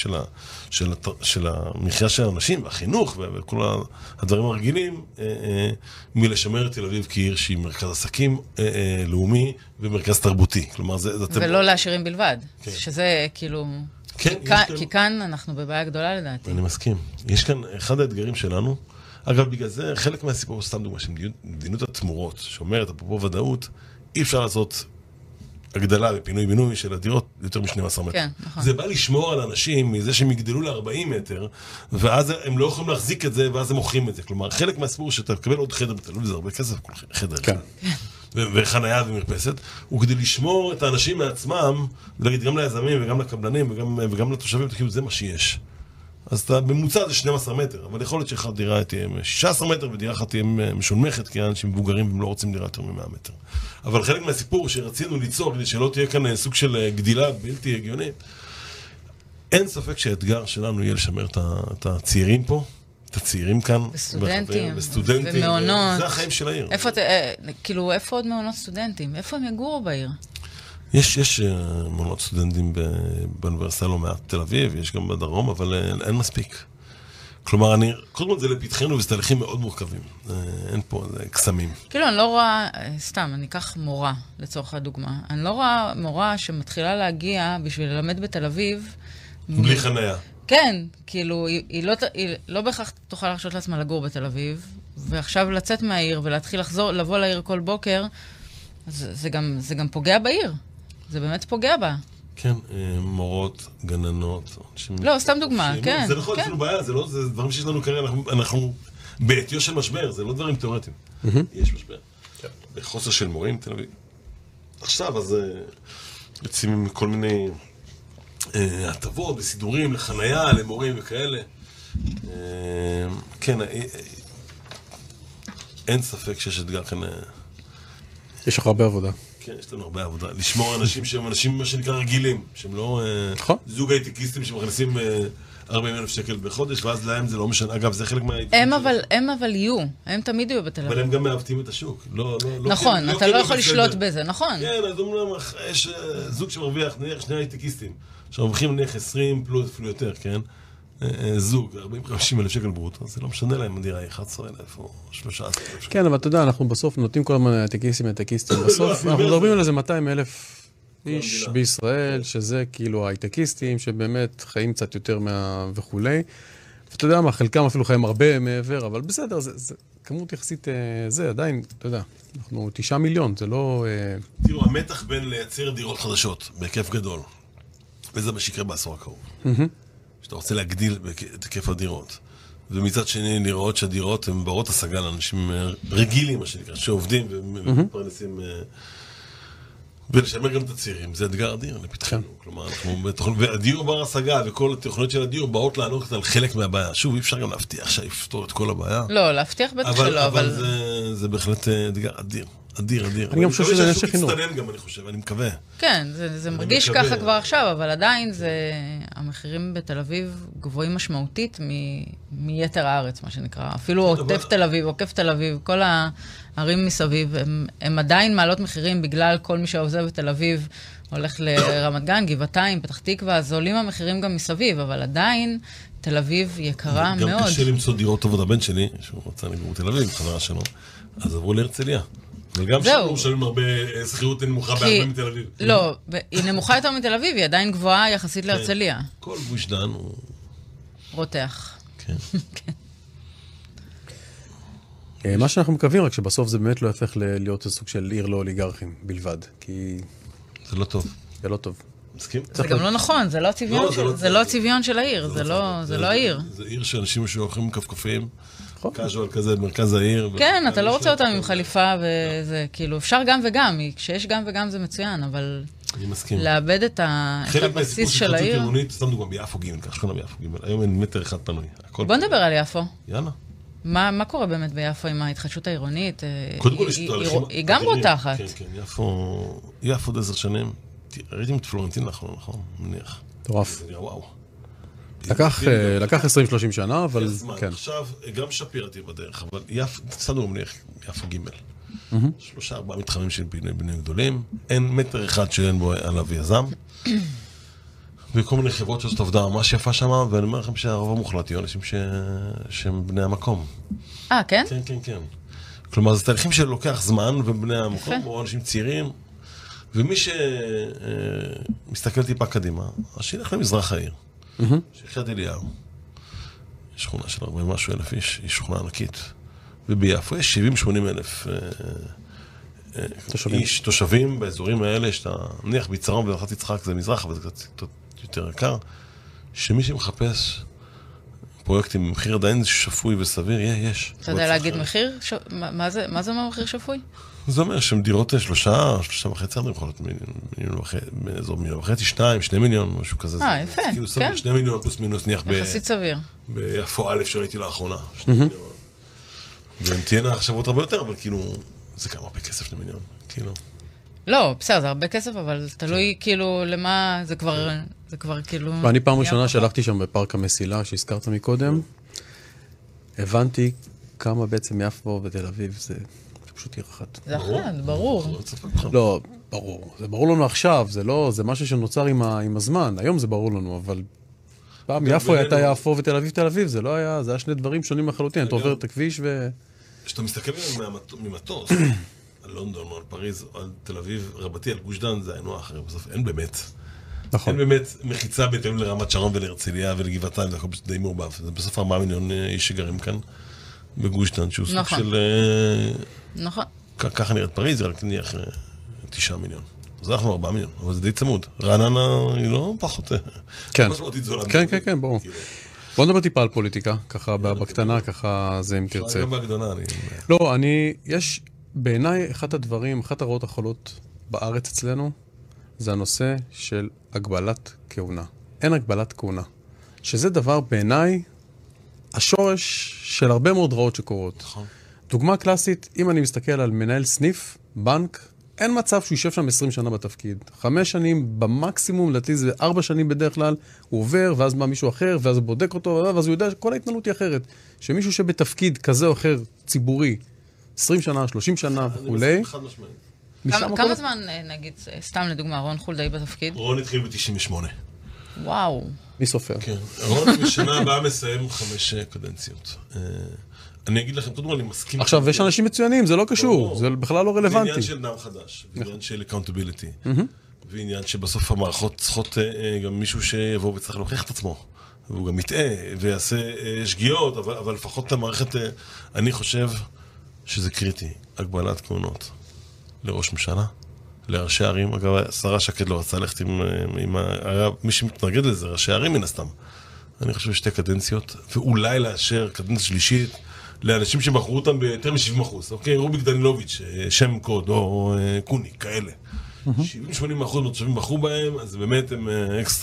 של המחיה של האנשים, והחינוך וכל הדברים הרגילים, מלשמר את תל אביב כעיר שהיא מרכז עסקים לאומי ומרכז תרבותי. כלומר, ולא לעשירים בלבד, שזה כאילו... כי כאן אנחנו בבעיה גדולה לדעתי. אני מסכים. יש כאן אחד האתגרים שלנו, אגב, בגלל זה חלק מהסיפור, סתם דוגמה, של מדיניות התמורות, שאומרת, אפרופו ודאות, אי אפשר לעשות הגדלה ופינוי-בינוי של הדירות יותר מ-12 מטר. כן, נכון. זה בא לשמור על אנשים מזה שהם יגדלו ל-40 מטר, ואז הם לא יכולים להחזיק את זה, ואז הם מוכרים את זה. כלומר, חלק מהסיפור שאתה מקבל עוד חדר בתל אביב, זה הרבה כסף, כל חדר. כן. וחנייה ומרפסת, וכדי לשמור את האנשים מעצמם, ולהגיד גם ליזמים וגם לקבלנים וגם לתושבים, תגידו, זה מה שיש. אז אתה בממוצע זה 12 מטר, אבל יכול להיות שאחת דירה תהיה 16 מטר, ודירה אחת תהיה משונמכת, כי אנשים מבוגרים והם לא רוצים דירה יותר מ-100 מטר. אבל חלק מהסיפור שרצינו ליצור, כדי שלא תהיה כאן סוג של גדילה בלתי הגיונית, אין ספק שהאתגר שלנו יהיה לשמר את הצעירים פה, את הצעירים כאן, וסטודנטים, ומעונות. זה החיים של העיר. כאילו, איפה עוד מעונות סטודנטים? איפה הם יגורו בעיר? יש מעונות סטודנטים באוניברסיטה לא מעט תל אביב, יש גם בדרום, אבל אין מספיק. כלומר, קודם כל זה לפתחנו, וזה תהליכים מאוד מורכבים. אין פה קסמים. כאילו, אני לא רואה, סתם, אני אקח מורה, לצורך הדוגמה. אני לא רואה מורה שמתחילה להגיע בשביל ללמד בתל אביב. בלי חניה. כן, כאילו, היא לא בהכרח תוכל להרשות לעצמה לגור בתל אביב, ועכשיו לצאת מהעיר ולהתחיל לבוא לעיר כל בוקר, זה גם פוגע בעיר. זה באמת פוגע בה. כן, מורות, גננות. לא, סתם דוגמה, כן. זה נכון, יש לנו בעיה, זה דברים שיש לנו כרגע, אנחנו בעטיו של משבר, זה לא דברים תיאורטיים. יש משבר. בחוסר של מורים, תל אביב. עכשיו, אז יוצאים עם כל מיני הטבות וסידורים לחנייה, למורים וכאלה. כן, אין ספק שיש אתגר כאן. יש לך הרבה עבודה. כן, יש לנו הרבה עבודה. לשמור אנשים שהם אנשים, מה שנקרא, רגילים, שהם לא זוג הייטקיסטים שמכניסים 40,000 שקל בחודש, ואז להם זה לא משנה. אגב, זה חלק הם אבל יהיו. הם תמיד יהיו בתל אביב. אבל הם גם מעוותים את השוק. נכון, אתה לא יכול לשלוט בזה, נכון. כן, אז אומרים, יש זוג שמרוויח, נניח שני הייטקיסטים, שמרוויחים נניח 20 פלוס אפילו יותר, כן? זוג, 40-50 אלף שקל ברוטו, זה לא משנה להם, הדירה היא 11,000 או 13,000 שקל. כן, אבל אתה יודע, אנחנו בסוף נותנים כל הזמן הייטקיסטים, בסוף אנחנו מדברים על איזה 200,000 איש בישראל, שזה כאילו הייטקיסטים, שבאמת חיים קצת יותר וכולי. ואתה יודע מה, חלקם אפילו חיים הרבה מעבר, אבל בסדר, זה כמות יחסית, זה עדיין, אתה יודע, אנחנו 9 מיליון, זה לא... תראו, המתח בין לייצר דירות חדשות, בהיקף גדול, וזה מה שיקרה בעשור הקרוב. שאתה רוצה להגדיל את היקף הדירות. ומצד שני, לראות שהדירות הן ברות השגה לאנשים רגילים, מה שנקרא, שעובדים ומפרנסים, ולשמר גם את הצעירים. זה אתגר אדיר לפתחנו. כלומר, והדיור בר השגה וכל התוכניות של הדיור באות לענות על חלק מהבעיה. שוב, אי אפשר גם להבטיח שיפתור את כל הבעיה. לא, להבטיח בטח שלא, אבל... זה בהחלט אתגר אדיר. אדיר. אני גם חושב שזה עניין של חינוך. אני מקווה שהשוק יצטנן גם, אני חושב, אני מקווה. כן, זה מרגיש ככה כבר עכשיו, אבל עדיין המחירים בתל אביב גבוהים משמעותית מיתר הארץ, מה שנקרא. אפילו עוטף תל אביב, עוקף תל אביב, כל הערים מסביב, הם עדיין מעלות מחירים בגלל כל מי שעוזב בתל אביב, הולך לרמת גן, גבעתיים, פתח תקווה, אז עולים המחירים גם מסביב, אבל עדיין תל אביב יקרה מאוד. גם קשה למצוא דירות טובות. הבן שלי, שהוא רצה לגור בתל אביב, חברה שלו, אז עברו להרצליה. וגם שם משלמים הרבה שכירות נמוכה בהרבה מתל אביב. לא, היא נמוכה יותר מתל אביב, היא עדיין גבוהה יחסית להרצליה. כל גוש דן הוא... רותח. כן. מה שאנחנו מקווים, רק שבסוף זה באמת לא יהפך להיות סוג של עיר לא אוליגרכים בלבד, כי... זה לא טוב. זה לא טוב. מסכים? זה גם לא נכון, זה לא הצביון של העיר, זה לא העיר. זה עיר שאנשים שהולכים כפכפים, קאז'ואל כזה במרכז העיר. כן, אתה לא רוצה אותם עם חליפה וזה, כאילו, אפשר גם וגם, כשיש גם וגם זה מצוין, אבל... אני מסכים. לאבד את הבסיס של העיר. סתם דוגמה, ביפו ג' כך שכונה ביפו ג' היום אין מטר אחד פנוי. בוא נדבר על יפו. יאללה. מה קורה באמת ביפו עם ההתחדשות העירונית? קודם כל יש תהליכים... היא גם רותחת. כן, כן, יפו עוד 10 שנים. ראיתי את פלורנטין לאחרונה, נכון? מניח. טורף. זה נראה וואו. לקח 20-30 שנה, אבל כן. עכשיו, גם שפיר תהיה בדרך, אבל סתם דוגמה מניח, יפו ג' 3-4 מתחמים של בינוי גדולים, אין מטר אחד שאין בו עליו יזם, וכל מיני חברות שעושות עבודה ממש יפה שם, ואני אומר לכם שהרוב המוחלט יהיו אנשים שהם בני המקום. כן? כן, כן, כן. כלומר, זה תהליכים שלוקח זמן, ובני המקום, או אנשים צעירים, ומי שמסתכל טיפה קדימה, אז שילך למזרח העיר. שיחיית אליהו. יש שכונה של 40 אלף איש, היא שכונה ענקית. וביפו יש 70-80 אלף איש, תושבים באזורים האלה, שאתה מניח ביצרון ולחת יצחק זה מזרח, אבל זה קצת יותר יקר, שמי שמחפש פרויקטים במחיר עדיין שפוי וסביר, יש. אתה יודע להגיד מחיר? מה זה אומר מחיר שפוי? זה אומר שהן דירות 3.5 עד יכולות באזור 1.5, 2 מיליון, משהו כזה. יפה, כאילו סביר, 2 מיליון פלוס מינוס ניח יחסית סביר. ביפו א' שראיתי לאחרונה. והן תהיינה חשבות הרבה יותר, אבל כאילו, זה גם הרבה כסף 2 מיליון, כאילו. לא, בסדר, זה הרבה כסף, אבל תלוי כאילו למה, זה כבר כאילו... ואני פעם ראשונה שהלכתי שם בפארק המסילה, שהזכרת מקודם, הבנתי כמה בעצם יפו ותל אביב זה פשוט עיר אחת. זה אחת, ברור. לא, ברור. זה ברור לנו עכשיו, זה לא, זה משהו שנוצר עם הזמן. היום זה ברור לנו, אבל פעם יפו הייתה יפו ותל אביב תל אביב, זה לא היה, זה היה שני דברים שונים לחלוטין. אתה עובר את הכביש כשאתה מסתכל ממטוס, על לונדון או על פריז או על תל אביב רבתי, על גוש דן, זה היינו אחר. בסוף אין באמת. נכון. אין באמת מחיצה בהתאם לרמת שרון ולהרצליה ולגבעתיים, זה הכל פשוט די מעורבב. זה בסוף 4 מיליון איש שגרים כאן בגוש דן, שהוא סוג של... נכון. ככה נראית פריז, זה רק נניח 9 מיליון. אז אנחנו 4 מיליון, אבל זה די צמוד. רעננה היא לא פחות... כן, כן, כן, כן, ברור. בוא נדבר טיפה על פוליטיקה, ככה בקטנה, ככה זה אם תרצה. גם בגדונה. לא, יש בעיניי אחת הדברים, אחת הרעות החולות בארץ אצלנו, זה הנושא של הגבלת כהונה. אין הגבלת כהונה. שזה דבר בעיניי השורש של הרבה מאוד רעות שקורות. נכון. דוגמה קלאסית, אם אני מסתכל על מנהל סניף, בנק, אין מצב שהוא יושב שם 20 שנה בתפקיד. 5 שנים במקסימום, לדעתי זה 4 שנים בדרך כלל, הוא עובר, ואז בא מישהו אחר, ואז הוא בודק אותו, ואז הוא יודע שכל ההתנהלות היא אחרת. שמישהו שבתפקיד כזה או אחר, ציבורי, 20 שנה, 30 שנה וכולי. כמה זמן, נגיד, סתם לדוגמה, רון חולדאי בתפקיד? רון התחיל ב-98. וואו. מי סופר? כן. רון בשנה הבאה מסיים 5 קדנציות. אני אגיד לכם, קודם כל אני מסכים. עכשיו, יש אנשים מצוינים, זה לא קשור, זה בכלל לא רלוונטי. זה עניין של דם חדש, ועניין של accountability, ועניין שבסוף המערכות צריכות גם מישהו שיבוא וצריך להוכיח את עצמו, והוא גם יטעה ויעשה שגיאות, אבל לפחות למערכת, אני חושב שזה קריטי, הגבלת כהונות לראש ממשלה, לראשי ערים. אגב, השרה שקד לא רצה ללכת עם מי שמתנגד לזה, ראשי ערים מן הסתם. אני חושב 2 קדנציות, ואולי לאשר קדנציה שלישית, לאנשים שבחרו אותם ביותר מ-70%, אוקיי? רוביק דנילוביץ', שם קוד, או קוני, כאלה. 70-80% מהתושבים בחרו בהם, אז באמת הם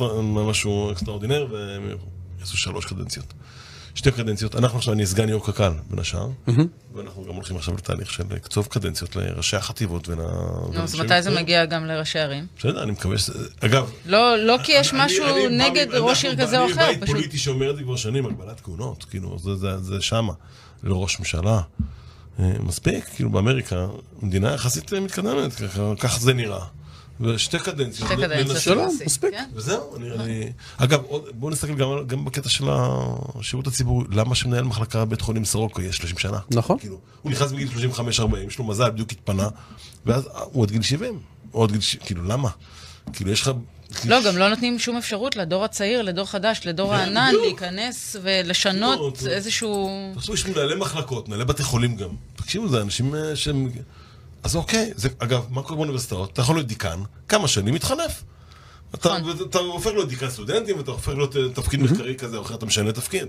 משהו אקסטראורדינר, והם יעשו 3 קדנציות. 2 קדנציות. אנחנו עכשיו, אני סגן יו"ר קק"ל בין השאר, ואנחנו גם הולכים עכשיו לתהליך של קצוב קדנציות לראשי החטיבות אז מתי זה מגיע גם לראשי ערים? בסדר, אני מקווה שזה... אגב... לא כי יש משהו נגד ראש עיר כזה או אחר, אני בית פוליטי שאומר את זה כבר שנים, הגבלת כהונות, כאילו, זה שמה. לראש ממשלה. מספיק, כאילו באמריקה, מדינה יחסית מתקדמת, כך זה נראה. ו2 קדנציות. 2 קדנציות. שלום, מספיק. וזהו, אגב, בואו נסתכל גם בקטע של השירות הציבורי, למה שמנהל מחלקה בבית חולים סורוקה יש 30 שנה? נכון. הוא נכנס בגיל 35-40, יש לו מזל, בדיוק התפנה, ואז הוא עד גיל 70. כאילו, למה? כאילו, יש לך... לא, גם לא נותנים שום אפשרות לדור הצעיר, לדור חדש, לדור הענן, להיכנס ולשנות איזשהו... תחשבו, יש מנהלי מחלקות, מנהלי בתי חולים גם. תקשיבו, זה אנשים שהם... אז אוקיי, אגב, מה קורה באוניברסיטאות? אתה יכול להיות דיקן, כמה שנים מתחלף. אתה הופך להיות דיקן סטודנטים, ואתה הופך להיות תפקיד מחקרי כזה, או אחר אתה משנה תפקיד.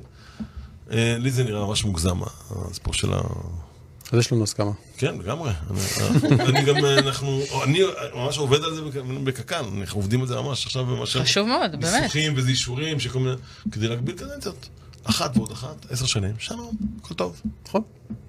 לי זה נראה ממש מוגזם, הסיפור של ה... אז יש לנו הסכמה. כן, לגמרי. אני ממש עובד על זה בקק"ל, אנחנו עובדים על זה ממש עכשיו ממש... חשוב מאוד, באמת. ניסוחים וזה אישורים כדי להגביל קדנציות. 1 ועוד 1, 10 שנים, שלום, הכל טוב. נכון.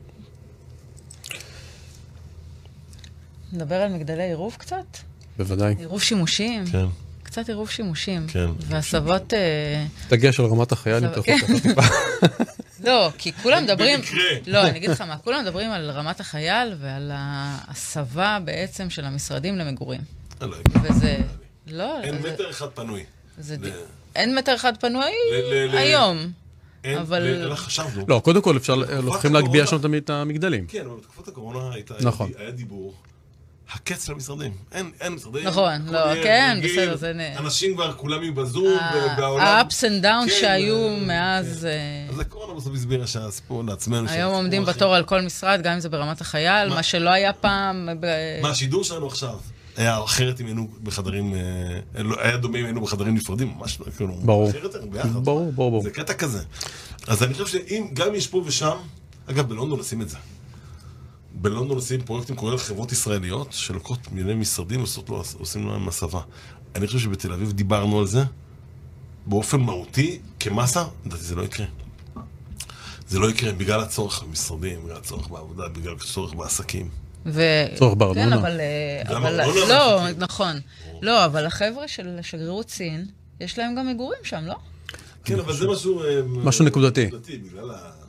נדבר על מגדלי עירוב קצת? בוודאי. עירוב שימושים. כן. קצת עירוב שימושים. כן. והסבות... תגיע של רמת החייל, יותר חוקה טיפה. לא, כי כולם מדברים... לא, אני אגיד לך מה, כולם מדברים על רמת החייל ועל ההסבה בעצם של המשרדים למגורים. וזה... לא... אין מטר אחד פנוי. אין מטר אחד פנוי היום. אבל... חשבנו. לא, קודם כל הולכים להגביה שם את המגדלים. כן, אבל בתקופת הקורונה היה דיבור. הקץ של המשרדים. אין משרדים. נכון, לא, כן, בסדר, זה... אנשים כבר כולם יהיו בזום, בעולם... ה-ups and downs שהיו מאז... אז הקורונה בסוף הסבירה שהסיפור לעצמנו... היום עומדים בתור על כל משרד, גם אם זה ברמת החייל, מה שלא היה פעם... מה, השידור שלנו עכשיו היה אחרת אם היינו בחדרים... היה דומה אם היינו בחדרים נפרדים, ממש לא... ברור. ברור. זה קטע כזה. אז אני חושב שאם גם יש פה ושם... אגב, בלונדון עושים את זה. בלונדון עושים פרויקטים כולל חברות ישראליות שלוקחות מיני משרדים עושים להם הסבה. אני חושב שבתל אביב דיברנו על זה באופן מהותי, כמסה, לדעתי זה לא יקרה. זה לא יקרה בגלל הצורך במשרדים, בגלל הצורך בעבודה, בגלל הצורך בעסקים. צורך בארנונה. כן, אבל לא, נכון. לא, אבל החבר'ה של שגרירות סין, יש להם גם מגורים שם, לא? כן, אבל זה משהו נקודתי. בגלל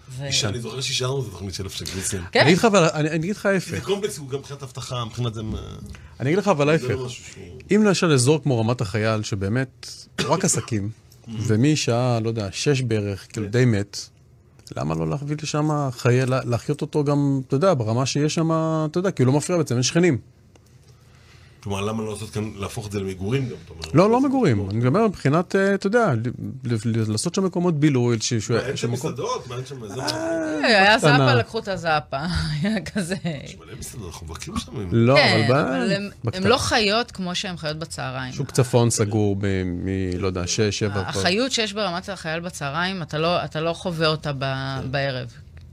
אני זוכר שישרנו את התוכנית של אפשגריסים. כן. אני אגיד לך ההפך. זה קומפלקס, הוא גם מבחינת הבטחה, מבחינת זה... אני אגיד לך אבל ההפך. אם למשל אזור כמו רמת החייל, שבאמת רק עסקים, ומשעה, לא יודע, 6 בערך, כאילו די מת, למה לא להביא לשם חייל, להחיות אותו גם, אתה יודע, ברמה שיש שם, אתה יודע, כי הוא לא מפריע בעצם, אין שכנים. כלומר, למה לא לעשות כאן, להפוך את זה למגורים גם? לא מגורים. אני אומר, מבחינת, אתה יודע, לעשות שם מקומות בילוי. אין שם מסעדות? מה אין שם? היה זאפה, לקחו את הזאפה. היה כזה... יש מלא מסעדות, אנחנו מבקרים שם. לא, אבל הם לא חיות כמו שהן חיות בצהריים. שוק צפון סגור לא יודע, 6, 7. החיות שיש ברמת החייל בצהריים, אתה לא חווה אותה בערב.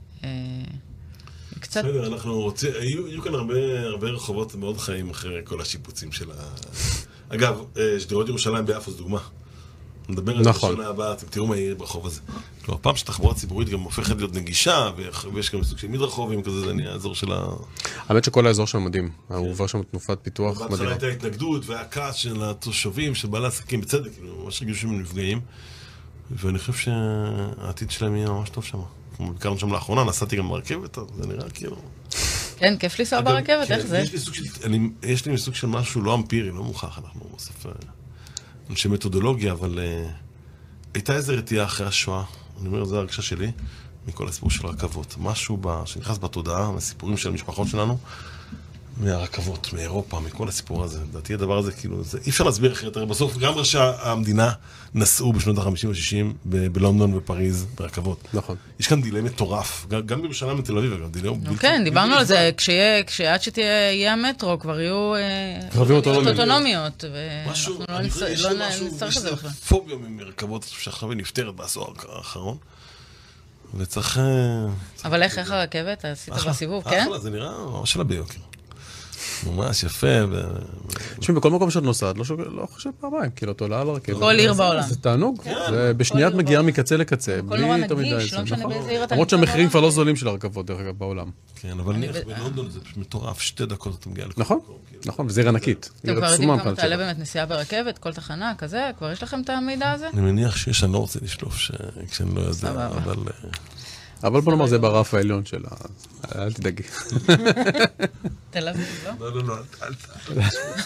בסדר, אנחנו רוצים, היו כאן הרבה רחובות מאוד חיים אחרי כל השיפוצים של אגב, שדרות ירושלים ביפו זו דוגמה. נדבר על זה בשנה הבאה, אתם תראו מה יהיה ברחוב הזה. כלומר, פעם שתחבורה ציבורית גם הופכת להיות נגישה, ויש גם סוג של מדרחובים כזה, זה נהיה האזור של האמת שכל האזור שם מדהים, הוא עובר שם תנופת פיתוח מדהים. בהתחלה הייתה התנגדות והכעס של התושבים, של בעלי עסקים, בצדק, ממש רגישו שהם נפגעים, ואני חושב שהעתיד שלהם יהיה ממש טוב שם. ביקרנו שם לאחרונה, נסעתי גם ברכבת, זה נראה כאילו... כן, כיף לנסוע ברכבת, איך זה? יש לי סוג של משהו לא אמפירי, לא מוכח, אנחנו בסוף אנשי מתודולוגיה, אבל הייתה איזו רתיעה אחרי השואה, אני אומר, זו הרגשה שלי, מכל הסיפור של רכבות. משהו שנכנס בתודעה, מהסיפורים של המשפחות שלנו, מהרכבות, מאירופה, מכל הסיפור הזה. לדעתי הדבר הזה, כאילו, אי אפשר להסביר אחרת. בסוף גם ראשי המדינה נסעו בשנות ה-50 ו-60 בלונדון ופריז ברכבות. נכון. יש כאן דילי מטורף, גם בירושלים בתל אביב, אגב, דילי... כן, דיברנו על זה, שעד שתהיה המטרו, כבר יהיו אוטונומיות, ואנחנו לא נצטרך את זה בכלל. פוביה מרכבות שעכשיו היא נפטרת בעשור האחרון, וצריך... אבל איך הרכבת? עשית בסיבוב, כן? אחלה, זה נראה ממש שלה ביוקר. ממש יפה. תשמעי, בכל מקום שאת נוסעת, לא חושב פעמיים, כאילו, את עולה על הרכבת. כל עיר בעולם. זה תענוג. בשנייה את מגיעה מקצה לקצה. כל נורא נגיש, לא משנה באיזה עיר אתה... למרות שהמחירים כבר לא זולים של הרכבות, דרך אגב, בעולם. כן, אבל בלונדון זה פשוט מטורף, 2 דקות אתה מגיע לכל נכון, נכון, וזה עיר ענקית. אתם כבר יודעים כמה תעלה באמת נסיעה ברכבת, כל תחנה, כזה, כבר יש לכם את המידע הזה? אני מניח שיש, אני לא רוצה לשלוף כשאני לא יודע, אבל בוא נאמר, זה ברף העליון שלה, אל תדאגי. תל אביב, לא? לא, אל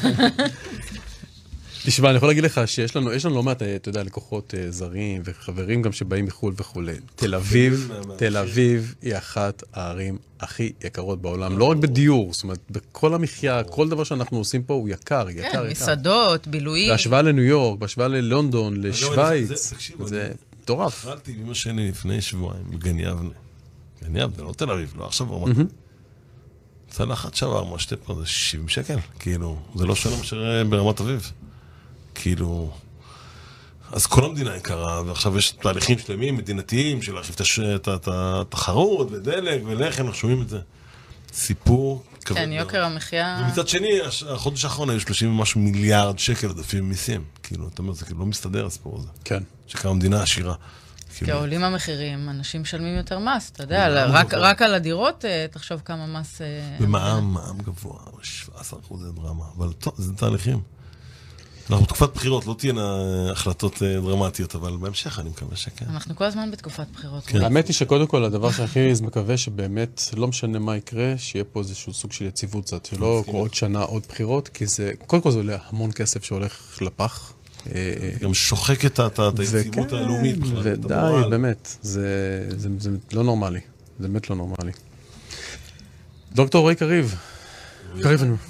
תשמע, אני יכול להגיד לך שיש לנו לא מעט, אתה יודע, לקוחות זרים וחברים גם שבאים מחול וכו'. תל אביב היא אחת הערים הכי יקרות בעולם, לא רק בדיור, זאת אומרת, בכל המחיה, כל דבר שאנחנו עושים פה הוא יקר. כן, מסעדות, בילויים. בהשוואה לניו יורק, בהשוואה ללונדון, לשוויץ, זה מטורף. אכלתי עם אמא שלי לפני שבועיים, בגן יבנה. גן יבנה, לא תל אביב, לא עכשיו רמת. צלחת שווארמה, 2 פר, זה 70 שקל. כאילו, זה לא שונה מאשר ברמת אביב. כאילו... אז כל המדינה יקרה, ועכשיו יש תהליכים שלמים, מדינתיים, של להרחיב את התחרות, ודלק, ולחם, אנחנו שומעים את זה. סיפור כבד. כן, יוקר המחיה... ומצד שני, החודש האחרון היו 30 ומשהו מיליארד שקל עודפים ממיסים. כאילו, אתה אומר, זה כאילו לא מסתדר הסיפור הזה. כן. שכמה המדינה עשירה. כי עולים המחירים, אנשים משלמים יותר מס, אתה יודע, רק על הדירות, תחשוב כמה מס... ומע"מ גבוה, 17% זה דרמה, אבל טוב, זה תהליכים. אנחנו בתקופת בחירות, לא תהיינה החלטות דרמטיות, אבל בהמשך אני מקווה שכן. אנחנו כל הזמן בתקופת בחירות. האמת היא שקודם כל, הדבר שהכי מקווה שבאמת לא משנה מה יקרה, שיהיה פה איזשהו סוג של יציבות קצת, שלא עוד שנה, עוד בחירות, כי זה, קודם כל זה עולה המון כסף שהולך לפח. גם שוחק את היציבות הלאומית. ודי, באמת, זה לא נורמלי. זה באמת לא נורמלי. דוקטור רועי קריב. קריב, אני...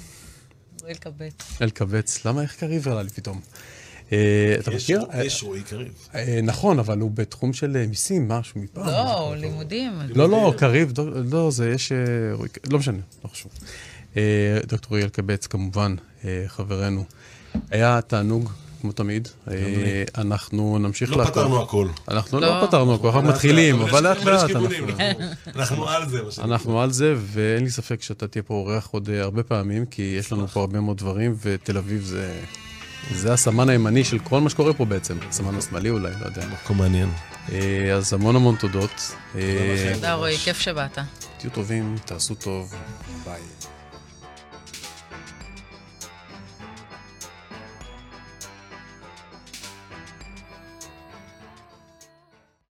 אלקבץ. למה איך קריב עלה לי פתאום? אתה מכיר? יש רועי קריב. נכון, אבל הוא בתחום של מיסים, משהו מפעם. לא, לימודים. לא, קריב, לא, זה יש... לא משנה, לא חשוב. דוקטור רועי אלקבץ, כמובן, חברנו. היה תענוג, כמו תמיד. אנחנו נמשיך לא פתרנו הכל. אנחנו לא פתרנו הכל, אנחנו מתחילים, אבל לאט אנחנו על זה. אנחנו על זה, ואין לי ספק שאתה תהיה פה אורח עוד הרבה פעמים, כי יש לנו פה הרבה מאוד דברים, ותל אביב זה הסמן הימני של כל מה שקורה פה בעצם. הסמן השמאלי אולי, לא יודע. מקום מעניין. אז המון תודות. תודה רועי, כיף שבאת. תהיו טובים, תעשו טוב, ביי.